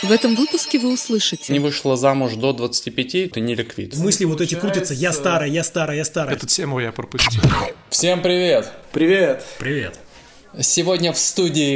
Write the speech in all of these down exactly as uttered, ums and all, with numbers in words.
В этом выпуске вы услышите: не вышла замуж до двадцати пяти, ты не ликвид. Мысли вот эти крутятся: я старая, я старая, я старая. Эту тему я пропустил. Всем привет! Привет! Привет. Сегодня в студии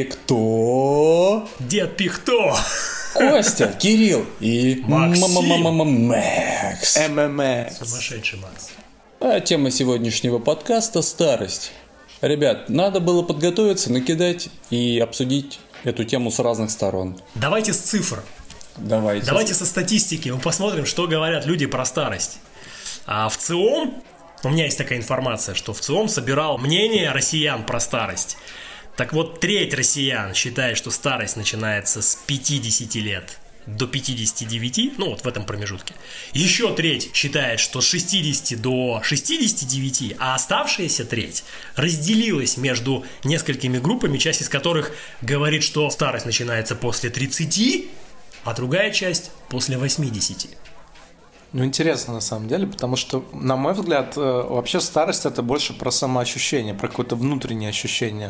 кто? Дед Пихто. Костя, Кирилл и Максим. Макс. ММС. Сумасшедший Макс. А тема сегодняшнего подкаста – старость. Ребят, надо было подготовиться, накидать и обсудить эту тему с разных сторон. Давайте с цифр. Давайте. Давайте со статистики. Мы посмотрим, что говорят люди про старость. А в ЦИОМ, у меня есть такая информация, что в ЦИОМ собирал мнение россиян про старость. Так вот, треть россиян считает, что старость начинается с пятидесяти лет до пятидесяти девяти, ну вот в этом промежутке. Еще треть считает, что с шестидесяти до шестидесяти девяти, а оставшаяся треть разделилась между несколькими группами, часть из которых говорит, что старость начинается после тридцати, а другая часть после восьмидесяти. Ну, интересно на самом деле, потому что, на мой взгляд, вообще старость – это больше про самоощущение, про какое-то внутреннее ощущение.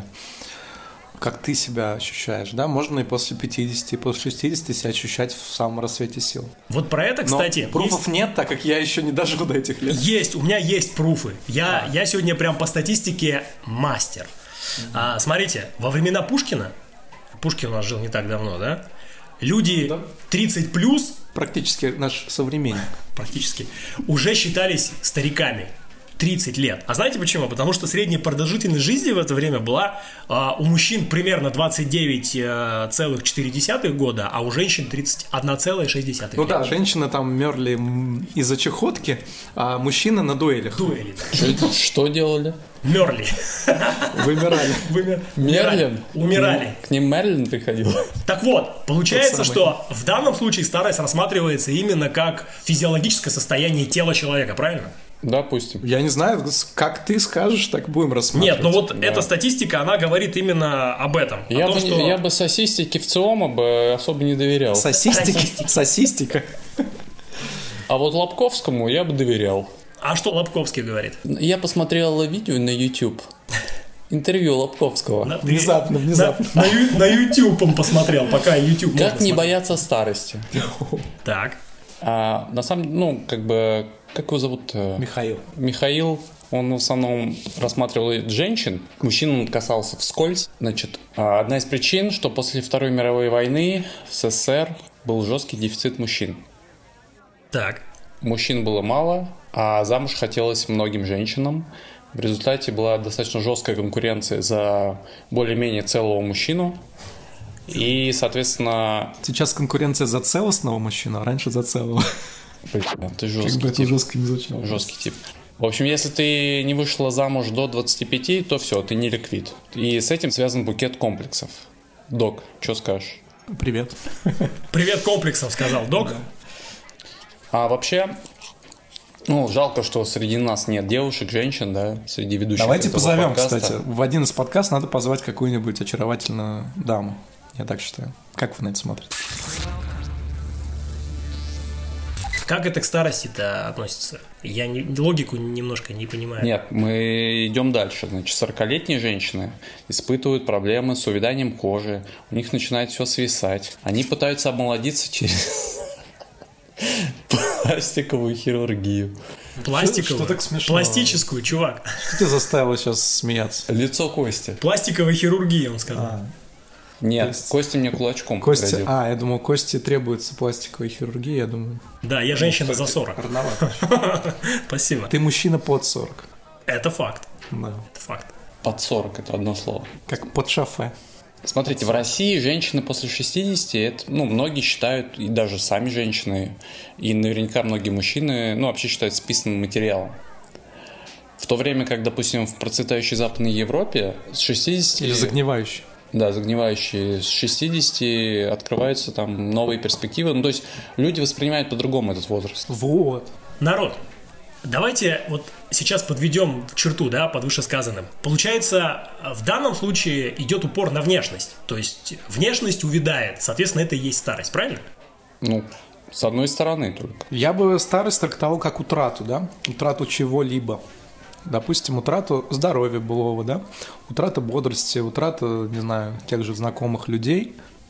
Как ты себя ощущаешь, да? Можно и после пятидесяти, и после шестидесяти себя ощущать в самом рассвете сил. Вот про это, кстати... Но пруфов есть... нет, так как я еще не дожил до этих лет. Есть, у меня есть пруфы. Я, а. я сегодня прям по статистике мастер. Mm-hmm. А, смотрите, во времена Пушкина, Пушкин у нас жил не так давно, да? Люди да. тридцать плюс... Практически наш современник. Практически. Уже считались стариками. тридцать лет. А знаете почему? Потому что средняя продолжительность жизни в это время была э, у мужчин примерно двадцать девять целых четыре десятых года, а у женщин тридцать один целых шесть десятых. Ну лет. да, женщины там мерли из-за чехотки, а мужчины на дуэлях. Дуэли. Что, что делали? Мерли. Вымирали. Вымер... Мерлин? Умирали. К ним Мерлин приходил. Так вот, получается, что в данном случае старость рассматривается именно как физиологическое состояние тела человека, правильно? Допустим. Я не знаю, как ты скажешь, так будем рассматривать. Нет, ну вот да. эта статистика, она говорит именно об этом. Я, о том, бы, что... я бы сосистике в ЦИОМа бы особо не доверял. Сосистики? Сосистика. А вот Лобковскому я бы доверял. А что Лобковский говорит? Я посмотрел видео на YouTube. Интервью Лобковского. На, внезапно, внезапно. На, на, на YouTube он посмотрел, пока YouTube Как не смотреть. бояться старости. Так. А, на самом деле, ну, как бы, как его зовут? Михаил. Михаил, он в основном рассматривал женщин, мужчин он касался вскользь. Значит, одна из причин, что после Второй мировой войны в СССР был жесткий дефицит мужчин. Так. Мужчин было мало, а замуж хотелось многим женщинам. В результате была достаточно жесткая конкуренция за более-менее целого мужчину. И, соответственно... Сейчас конкуренция за целостного мужчину, а раньше за целого. Блин, ты жесткий как бы тип. это жестко не звучало. Жесткий тип. В общем, если ты не вышла замуж до двадцати пяти, то все, ты не ликвид. И с этим связан букет комплексов. Док, что скажешь? Привет. Привет комплексом, сказал Док. А вообще... Ну, жалко, что среди нас нет девушек, женщин, да, среди ведущих. Давайте позовем, подкаста. кстати. В один из подкастов надо позвать какую-нибудь очаровательную даму. Я так считаю. Как вы на это смотрите? Как это к старости-то относится? Я не, логику немножко не понимаю. Нет, мы идем дальше. Значит, сорокалетние женщины испытывают проблемы с увяданием кожи. У них начинает все свисать. Они пытаются омолодиться через пластиковую хирургию. Пластиковую? Что, что так смешно? Пластическую, чувак. Что тебя заставило сейчас смеяться? Лицо Кости. Пластиковая хирургия, он сказал. А. Нет, есть... Костя мне кулачком Кости... погрозил. А, я думал, Кости требуется пластиковая хирургия, я думаю. Да, я женщина за сорок. Рановато. Спасибо. Ты мужчина под сорок. Это факт. Да. Это факт. Под сорок, это одно слово. Как под шофе. Смотрите, в России женщины после шестидесяти, это, ну, многие считают, и даже сами женщины, и наверняка многие мужчины, ну, вообще считают списанным материалом. В то время как, допустим, в процветающей Западной Европе с шестидесяти... Или загнивающий. Да, загнивающие. С шестидесяти открываются там новые перспективы. Ну, то есть люди воспринимают по-другому этот возраст. Вот. Народ, давайте вот сейчас подведем черту, да, под вышесказанным. Получается, в данном случае идет упор на внешность. То есть внешность увядает, соответственно, это и есть старость, правильно? Ну, с одной стороны только. Я бы старость трактовал как утрату, да? Утрату чего-либо. Допустим, утрату здоровья былого, да? Утрата бодрости, утрата, не знаю, тех же знакомых людей.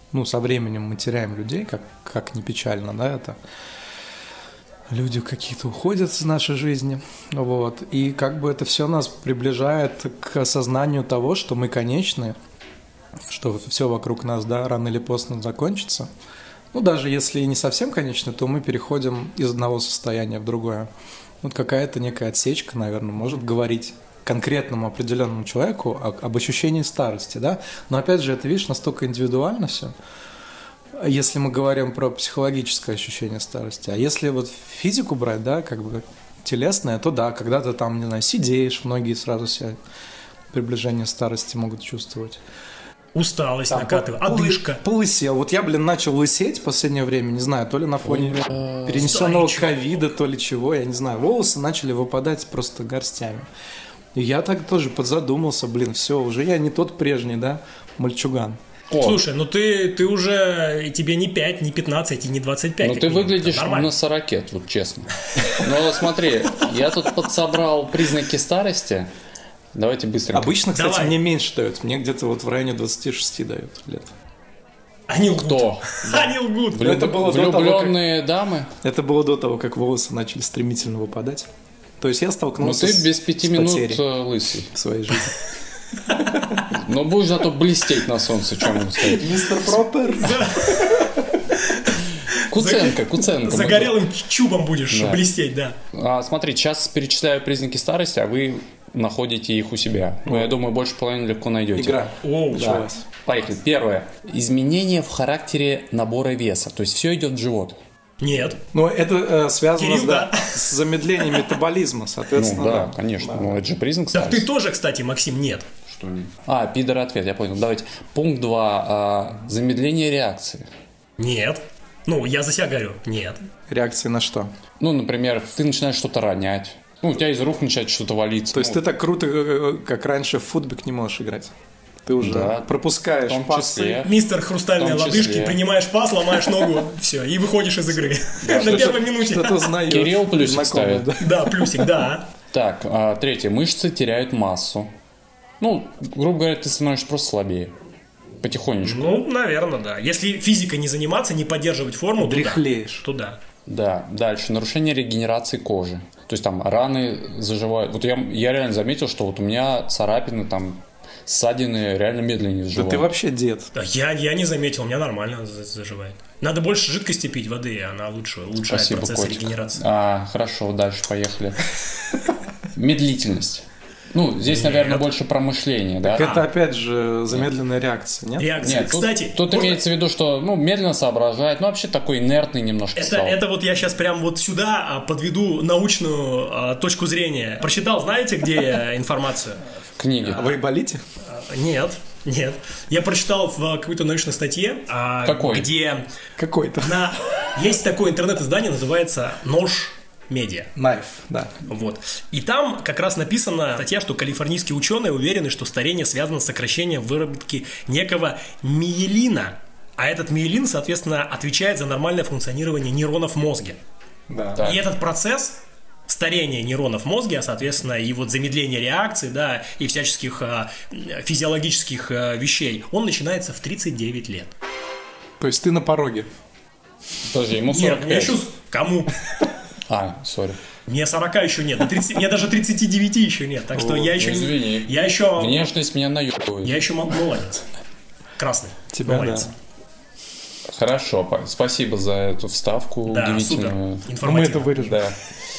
ну, со временем мы теряем людей, как, как ни печально, да, это. Люди какие-то уходят из нашей жизни, вот, и как бы это все нас приближает к осознанию того, что мы конечны, что все вокруг нас, да, рано или поздно закончится. Ну, даже если и не совсем конечны, то мы переходим из одного состояния в другое. Вот какая-то некая отсечка, наверное, может говорить конкретному определенному человеку об ощущении старости, да, но опять же, это, видишь, настолько индивидуально все. Если мы говорим про психологическое ощущение старости, а если вот физику брать, да, как бы телесное, то да, когда ты там, не знаю, сидеешь, многие сразу себя приближение старости могут чувствовать. Усталость Там, накатывает, пол- одышка. Полысел. Вот я, блин, начал лысеть в последнее время, не знаю, то ли на фоне перенесенного ковида, то ли чего, я не знаю. Волосы начали выпадать просто горстями. И я так тоже подзадумался, блин, все, уже я не тот прежний, да, мальчуган. О. Слушай, ну ты, ты уже, и тебе не пять, не пятнадцать, и не двадцать пять. Ну ты выглядишь на сороке, вот честно. Но смотри, я тут подсобрал признаки старости. Давайте быстренько. Обычно, кстати, Давай. мне меньше дают. Мне где-то вот в районе двадцати шести дают лет. Они лгут. Кто? Они лгут. Влюб- Это было до того, Влюбленные дамы? Это было до того, как волосы начали стремительно выпадать. То есть я Ну столкнулся ты с, без пяти с минут потерей э, лысый. в своей жизни. Но будешь зато блестеть на солнце, что могу сказать. Мистер Пропер. Куценко, Куценко. Загорелым чубом будешь Да. блестеть, да. А, смотри, сейчас перечисляю признаки старости, а вы находите их у себя. Ну, я думаю, больше половины легко найдете. Игра. Оу, Да. Началась. Поехали. Первое. Изменение в характере набора веса. То есть все идет в живот. Нет. Но это э, связано Кирилл, с, да, да. с замедлением метаболизма, Ну соответственно. да, конечно. Да. Ну, это же признак Так старости. ты тоже, кстати, Максим, нет. Что нет? А, пидор ответ, я понял. Давайте. Пункт два. А, замедление реакции. Нет. Ну, я за себя говорю. Нет. Реакции на что? Ну, например, ты начинаешь что-то ронять. Ну, у тебя из рук начинает что-то валиться. То есть Ну, ты так круто, э, как раньше в футбик не можешь играть. Ты уже Да. пропускаешь В том пасы. числе. Мистер Хрустальные В том лодыжки, числе. принимаешь пас, ломаешь ногу, все, и выходишь из игры. На первой минуте. Что-то узнаешь. Кирилл плюсик Знакомое, ставит. да. Да, плюсик, да. Так, а, третье. Мышцы теряют массу. Ну, грубо говоря, ты становишься просто слабее. Потихонечку. Ну, наверное, да. Если физикой не заниматься, не поддерживать форму, то да. Дряхлеешь. То да. Да, дальше. Нарушение регенерации кожи. То есть там раны заживают. Вот я, я реально заметил, что вот у меня царапины, там, ссадины реально медленнее Да заживают. ты вообще дед. Да, Я, я не заметил, у меня нормально за- заживает. Надо больше жидкости пить, воды, и она лучше улучшает Спасибо, процесс котик. регенерации. А, хорошо, дальше поехали. Медлительность. Ну, здесь, наверное, больше про мышление, да? Это опять же замедленная реакция, нет? Реакция. Нет, тут- Кстати, тут, можно- имеется в виду, что, ну, медленно соображает, ну, вообще такой инертный немножко Это, стал. это вот я сейчас прям вот сюда а, подведу научную а, точку зрения. Прочитал, знаете, где я информацию? Книги. А вы болите? А, Нет, нет. Я прочитал в какой-то научной статье, а, Какой? где Какой-то. на... есть такое интернет-издание, называется «Нож Медиа». Найф, да. Вот. И там как раз написана статья, что калифорнийские ученые уверены, что старение связано с сокращением выработки некого миелина. А этот миелин, соответственно, отвечает за нормальное функционирование нейронов в мозге. Да. Так. И этот процесс старения нейронов в мозге, а, соответственно, и вот замедление реакции, да, и всяческих а, физиологических а, вещей, он начинается в тридцать девять лет. То есть ты на пороге. Подожди, ему Нет, сорок мне пять. еще... с- Кому? А, сори. Мне сорока еще нет, до тридцати мне даже тридцати девяти еще нет, так что О, я еще... не- извини. Я еще... Внешность меня наебывает. Я еще мол- молодец. Красный. Тебя, молодец. да. Хорошо, па- спасибо за эту вставку Да, супер. удивительную. Ну, мы это Информативно. вырежем. Да.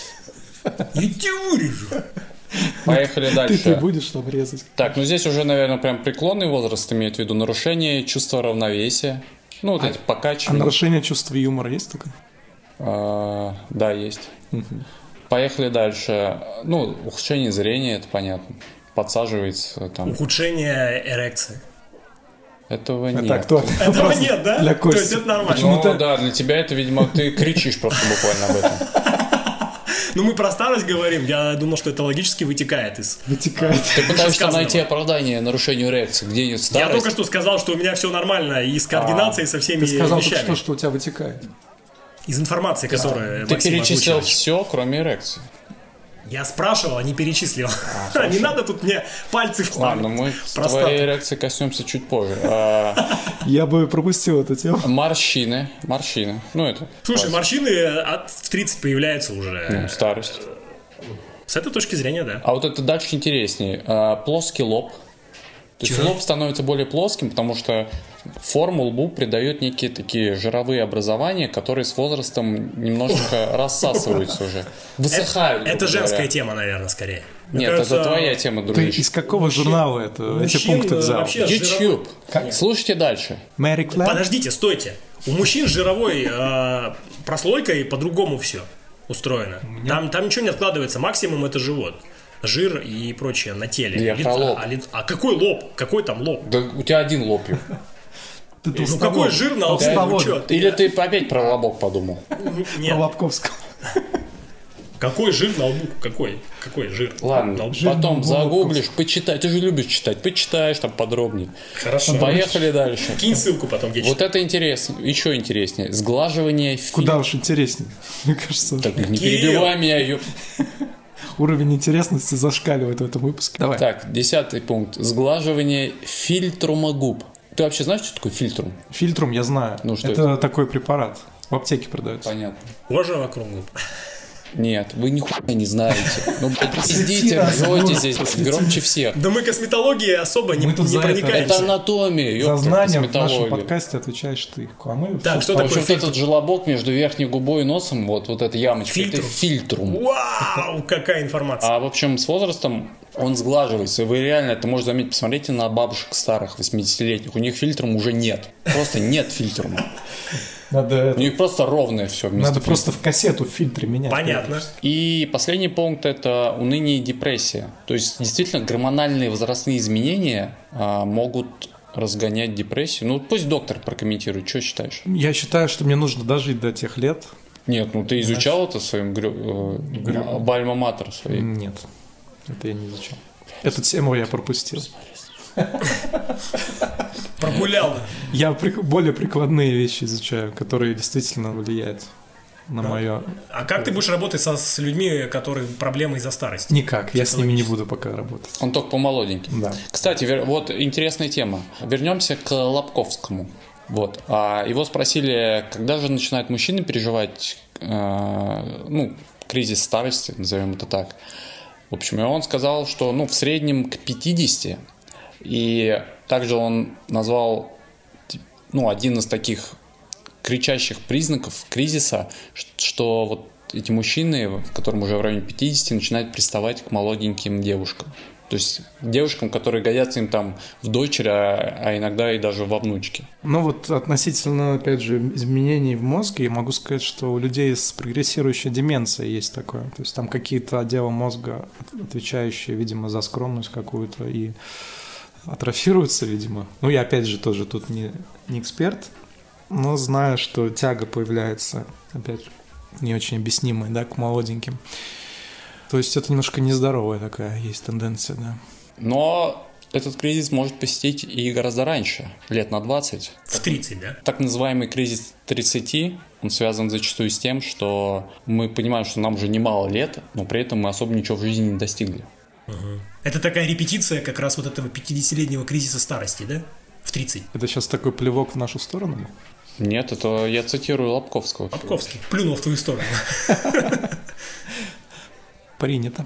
Я тебя вырежу. Поехали Ты, дальше. ты будешь там резать. Так, ну здесь уже, наверное, прям преклонный возраст имеет в виду нарушение чувства равновесия. Ну, вот эти А покачивания. нарушение чувства юмора есть такое? А, да, есть. Поехали дальше. Ну, ухудшение зрения, это понятно. Подсаживается там. Ухудшение эрекции. Этого Это нет. актуально. Этого Вопрос нет, да? Для То есть Кости. это нормально. Ну Почему-то- да, для тебя это, видимо, ты кричишь просто буквально об этом. Ну, мы про старость говорим. Я думал, что это логически вытекает из... Вытекает. Ты пытаешься сказанного. найти оправдание нарушению эрекции, где нет Я старость. только что сказал, что у меня все нормально и с координацией, со всеми Ты сказал только вещами. что, что у тебя вытекает. Из информации, которая Ты Максим перечислил озвучил. все, кроме эрекции. Я спрашивал, а не перечислил. А, не надо тут мне пальцы вставить. Ладно, мы с твоей реакции коснемся чуть позже. Я бы пропустил эту тему. Морщины. Морщины. Ну, это... Слушай, морщины от в тридцать появляются уже. Ну, старость. С этой точки зрения, да. А вот это дальше интереснее. Плоский лоб. То есть лоб становится более плоским, потому что форму лбу придают некие такие жировые образования, которые с возрастом немножечко рассасываются уже. Высыхают. Это женская тема, наверное, скорее. Нет, это твоя тема, дружище. Ты из какого журнала это, эти пункты взял? YouTube. Слушайте дальше. Подождите, стойте. У мужчин с жировой э, прослойкой по-другому все устроено. Там, там ничего не откладывается. Максимум это живот. Жир и прочее на теле. Я про лоб. А, ли... а какой лоб? Какой там лоб? Да у тебя один лоб. Ты ну какой жир на лбу? Или ты опять про лобок подумал? Нет. Про Лобковского. Какой жир на лбу? Какой? Какой жир? Ладно, потом загуглишь, почитай. Ты же любишь читать. Почитаешь там подробнее. Хорошо. Поехали дальше. Кинь ссылку потом, где Вот читать. Это интересно. Еще интереснее. Сглаживание фильтра. Куда уж интереснее, мне кажется. Так, не перебивай меня, ёп. Уровень интересности зашкаливает в этом выпуске. Давай. Так, десятый пункт. Сглаживание фильтрума губ. Ты вообще знаешь, что такое фильтрум? Фильтрум я знаю. Ну, что это, это такой препарат. В аптеке продается. Понятно. Кожа вокруг губ. Нет, вы нихуя не знаете. Ну, блядь, пиздите, ржете здесь громче всех. Да мы косметологией особо не, не проникаемся. Это анатомия, за знанием в нашем косметология. подкасте отвечаешь ты. А мы так, что а такое вот этот желобок между верхней губой и носом, вот, вот эта ямочка, фильтрум. Это фильтрум. Вау, какая информация. А в общем, с возрастом он сглаживается. Вы реально это можете заметить. Посмотрите на бабушек старых, восьмидесятилетних. У них фильтрум уже нет. Просто нет фильтрума. Надо У них просто ровное все. Надо просто в кассету в фильтре менять. Понятно. И последний пункт – это уныние и депрессия. То есть, действительно, гормональные возрастные изменения а, могут разгонять депрессию. Ну, пусть доктор прокомментирует. Что считаешь? Я считаю, что мне нужно дожить до тех лет. Нет, ну ты изучал Знаешь? это в своем грю... Грю... бальма-матер своей? Нет, это я не изучал. Эту тему я пропустил. Прогулял. Я более прикладные вещи изучаю, которые действительно влияют на мое... А как ты будешь работать со, с людьми, которые проблемы из-за старости? Никак, я с ними не буду пока работать. Он только по-молоденьким. Да. Кстати, вот интересная тема. Вернемся к Лобковскому. Вот. А его спросили, когда же начинают мужчины переживать э, ну, кризис старости, назовем это так. В общем, и он сказал, что ну, в среднем к пятидесяти. И также он назвал ну, один из таких кричащих признаков кризиса, что вот эти мужчины, которым уже в районе пятидесяти, начинают приставать к молоденьким девушкам. То есть девушкам, которые годятся им там в дочери, а, а иногда и даже во внучке. Ну вот относительно, опять же, изменений в мозге, я могу сказать, что у людей с прогрессирующей деменцией есть такое. То есть там какие-то отделы мозга, отвечающие, видимо, за скромность какую-то, и атрофируются, видимо. Ну, я опять же тоже тут не, не эксперт, но знаю, что тяга появляется, опять же, не очень объяснимая, да, к молоденьким. То есть это немножко нездоровая такая есть тенденция, да. Но этот кризис может посетить и гораздо раньше, лет на двадцать. В тридцать, да? Так называемый кризис тридцати, он связан зачастую с тем, что мы понимаем, что нам уже немало лет, но при этом мы особо ничего в жизни не достигли. Угу. Это такая репетиция как раз вот этого пятидесятилетнего кризиса старости, да? В тридцать. Это сейчас такой плевок в нашу сторону? Нет, это я цитирую Лобковского. Лобковский плюнул в твою сторону. Принято.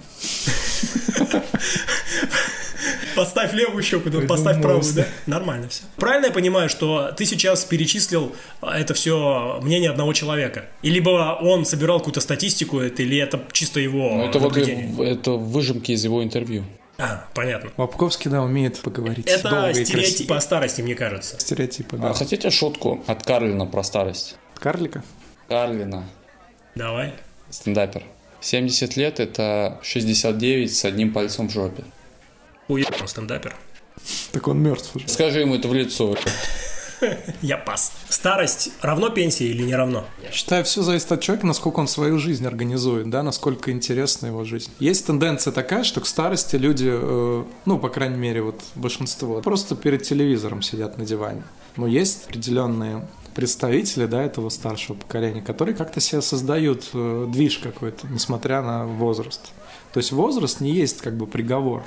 Поставь левую щеку, поставь правую, да? Нормально все. Правильно я понимаю, что ты сейчас перечислил это все мнение одного человека? И либо он собирал какую-то статистику, или это чисто его ну, это наблюдение? Вот, это выжимки из его интервью. А, понятно. Лобковский, да, умеет поговорить. Это стереотипы о старости, мне кажется. Стереотипы, да. А хотите шутку от Карлина про старость? Карлика? Карлина. Давай. Стендапер. семьдесят лет – это шестьдесят девять с одним пальцем в жопе. Уебан стендапер. Так он мертв уже. Скажи ему это в лицо. Я пас. Старость равно пенсии или не равно? Считаю, все зависит от человека, насколько он свою жизнь организует, да, насколько интересна его жизнь. Есть тенденция такая, что к старости люди, э, ну, по крайней мере, вот большинство, просто перед телевизором сидят на диване. Но есть определенные представители, да, этого старшего поколения, которые как-то себе создают э, движ какой-то, несмотря на возраст. То есть возраст не есть как бы приговор.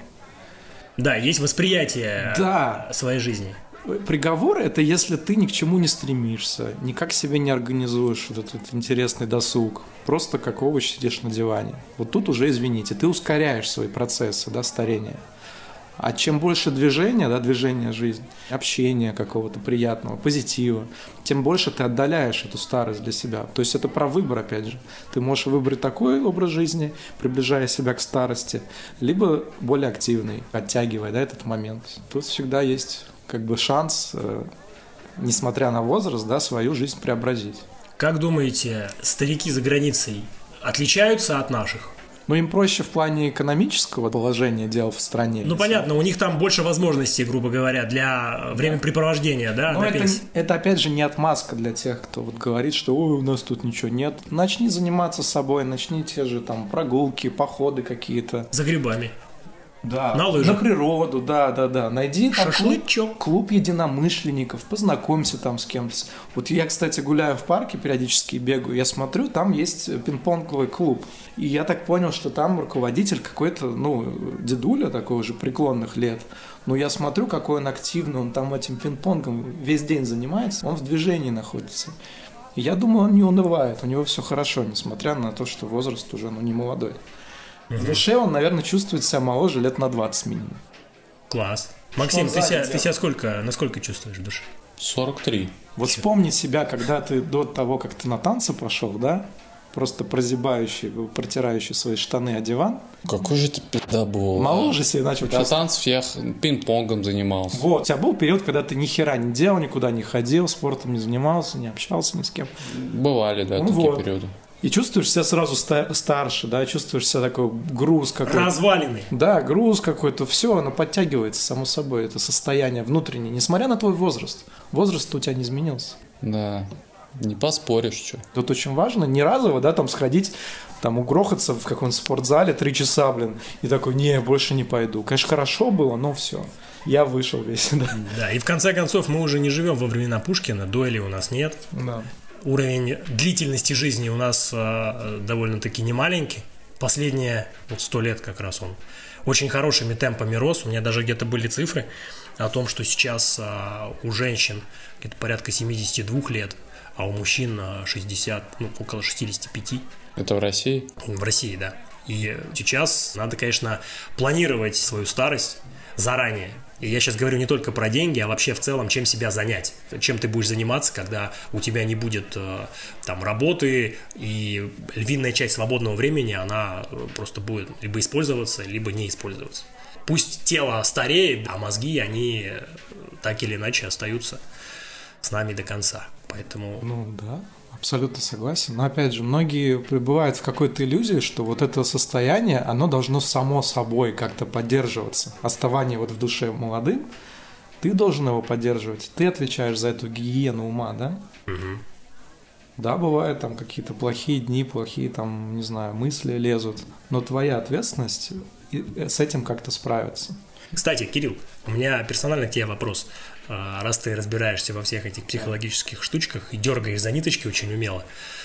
Да, есть восприятие да. своей жизни. Приговор – это если ты ни к чему не стремишься, никак себе не организуешь вот этот интересный досуг, просто как овощ сидишь на диване. Вот тут уже, извините, ты ускоряешь свои процессы, да, старения. А чем больше движения, да, движения жизни, общения какого-то приятного, позитива, тем больше ты отдаляешь эту старость для себя. То есть это про выбор, опять же. Ты можешь выбрать такой образ жизни, приближая себя к старости, либо более активный, оттягивая, да, этот момент. Тут всегда есть как бы шанс, э, несмотря на возраст, да, свою жизнь преобразить. Как думаете, старики за границей отличаются от наших? Но им проще в плане экономического положения дел в стране. Ну, понятно, у них там больше возможностей, грубо говоря, для времяпрепровождения, да, но на это, пенсии. это, опять же, не отмазка для тех, кто вот говорит, что ой, у нас тут ничего нет. Начни заниматься собой, начни те же там прогулки, походы какие-то. За грибами. Да, на лыжах. На природу, да, да, да. Найди там шашлычок. Клуб, клуб единомышленников, познакомься там с кем-то. Вот я, кстати, гуляю в парке, периодически бегаю, я смотрю, там есть пинг-понговый клуб. И я так понял, что там руководитель какой-то, ну, дедуля такой уже преклонных лет. Но я смотрю, какой он активный, он там этим пинг-понгом весь день занимается, он в движении находится. И я думаю, он не унывает, у него все хорошо, несмотря на то, что возраст уже, ну, не молодой. В душе он, наверное, чувствует себя моложе лет на двадцать минимум. Класс. Максим, ты себя, ты себя сколько, насколько чувствуешь в душе? сорок три. Вот вспомни себя, когда ты до того, как ты на танцы пошел, да? Просто прозябающий, протирающий свои штаны о диван. Какой же ты пизда был? Моложе себе начал чувствовать. До танцев я пинг-понгом занимался. Вот, у тебя был период, когда ты ни хера не делал, никуда не ходил, спортом не занимался, не общался ни с кем. Бывали, да, ну, такие вот. периоды. И чувствуешь себя сразу ста- старше, да, чувствуешь себя такой груз какой-то. Разваленный. Да, груз какой-то, все, оно подтягивается само собой, это состояние внутреннее, несмотря на твой возраст. Возраст у тебя не изменился. Да, не поспоришь, что. Тут очень важно не разово, да, там сходить, там угрохаться в каком-то спортзале три часа, блин, и такой, не, больше не пойду. Конечно, хорошо было, но все. Я вышел весь, да. Да, и в конце концов мы уже не живем во времена Пушкина, дуэли у нас нет. Да. Уровень длительности жизни у нас э, довольно-таки немаленький. Последние вот сто лет как раз он очень хорошими темпами рос. У меня даже где-то были цифры о том, что сейчас э, у женщин где-то порядка семьдесят два лет, а у мужчин шестьдесят, ну, около шестьдесят пять. Это в России? В России, да. И сейчас надо, конечно, планировать свою старость заранее. И я сейчас говорю не только про деньги, а вообще в целом, чем себя занять. Чем ты будешь заниматься, когда у тебя не будет там работы, и львиная часть свободного времени, она просто будет либо использоваться, либо не использоваться. Пусть тело стареет, а мозги, они так или иначе остаются с нами до конца. Поэтому... Ну да, абсолютно согласен. Но опять же, многие пребывают в какой-то иллюзии, что вот это состояние, оно должно само собой как-то поддерживаться. Оставание вот в душе молодым, ты должен его поддерживать. Ты отвечаешь за эту гигиену ума, да? Угу. Да, бывают там какие-то плохие дни, плохие там, не знаю, мысли лезут. Но твоя ответственность с этим как-то справиться. Кстати, Кирилл, у меня персонально к тебе вопрос. Раз ты разбираешься во всех этих психологических штучках и дергаешь за ниточки очень умело,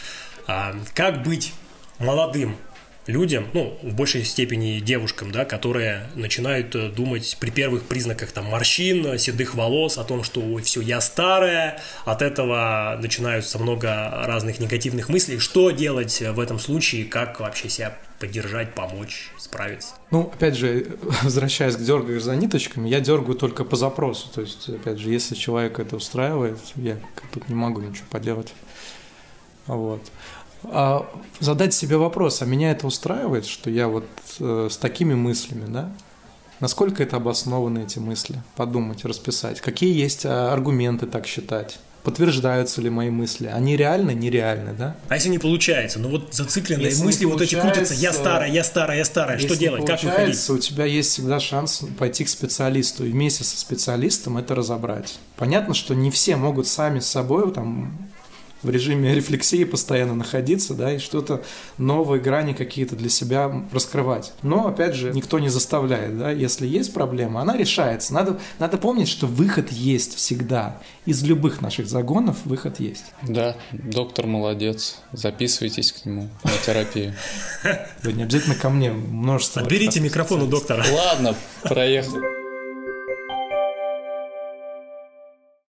как быть молодым людям, ну, в большей степени девушкам, да, которые начинают думать при первых признаках там морщин, седых волос о том, что ой, все, я старая, от этого начинаются много разных негативных мыслей. Что делать в этом случае, как вообще себя поддержать, помочь, справиться? Ну, опять же, возвращаясь к дергаешь за ниточками, я дергаю только по запросу. То есть, опять же, если человек это устраивает, я тут не могу ничего поделать. Вот. А задать себе вопрос, а меня это устраивает, что я вот э, с такими мыслями, да? Насколько это обоснованы эти мысли? Подумать, расписать. Какие есть аргументы так считать? Подтверждаются ли мои мысли? Они реальны, нереальны, да? А если не получается? Ну вот зацикленные если мысли вот эти крутятся. Я старая, я старая, я старая. Что делать? Как выходить? У тебя есть всегда шанс пойти к специалисту и вместе со специалистом это разобрать. Понятно, что не все могут сами с собой там в режиме рефлексии постоянно находиться, да, и что-то новые грани какие-то для себя раскрывать. Но, опять же, никто не заставляет, да, если есть проблема, она решается. Надо, надо помнить, что выход есть всегда. Из любых наших загонов выход есть. Да, доктор молодец. Записывайтесь к нему на терапию. Да не обязательно ко мне, множество. Отберите микрофон у доктора. Ладно, проехали.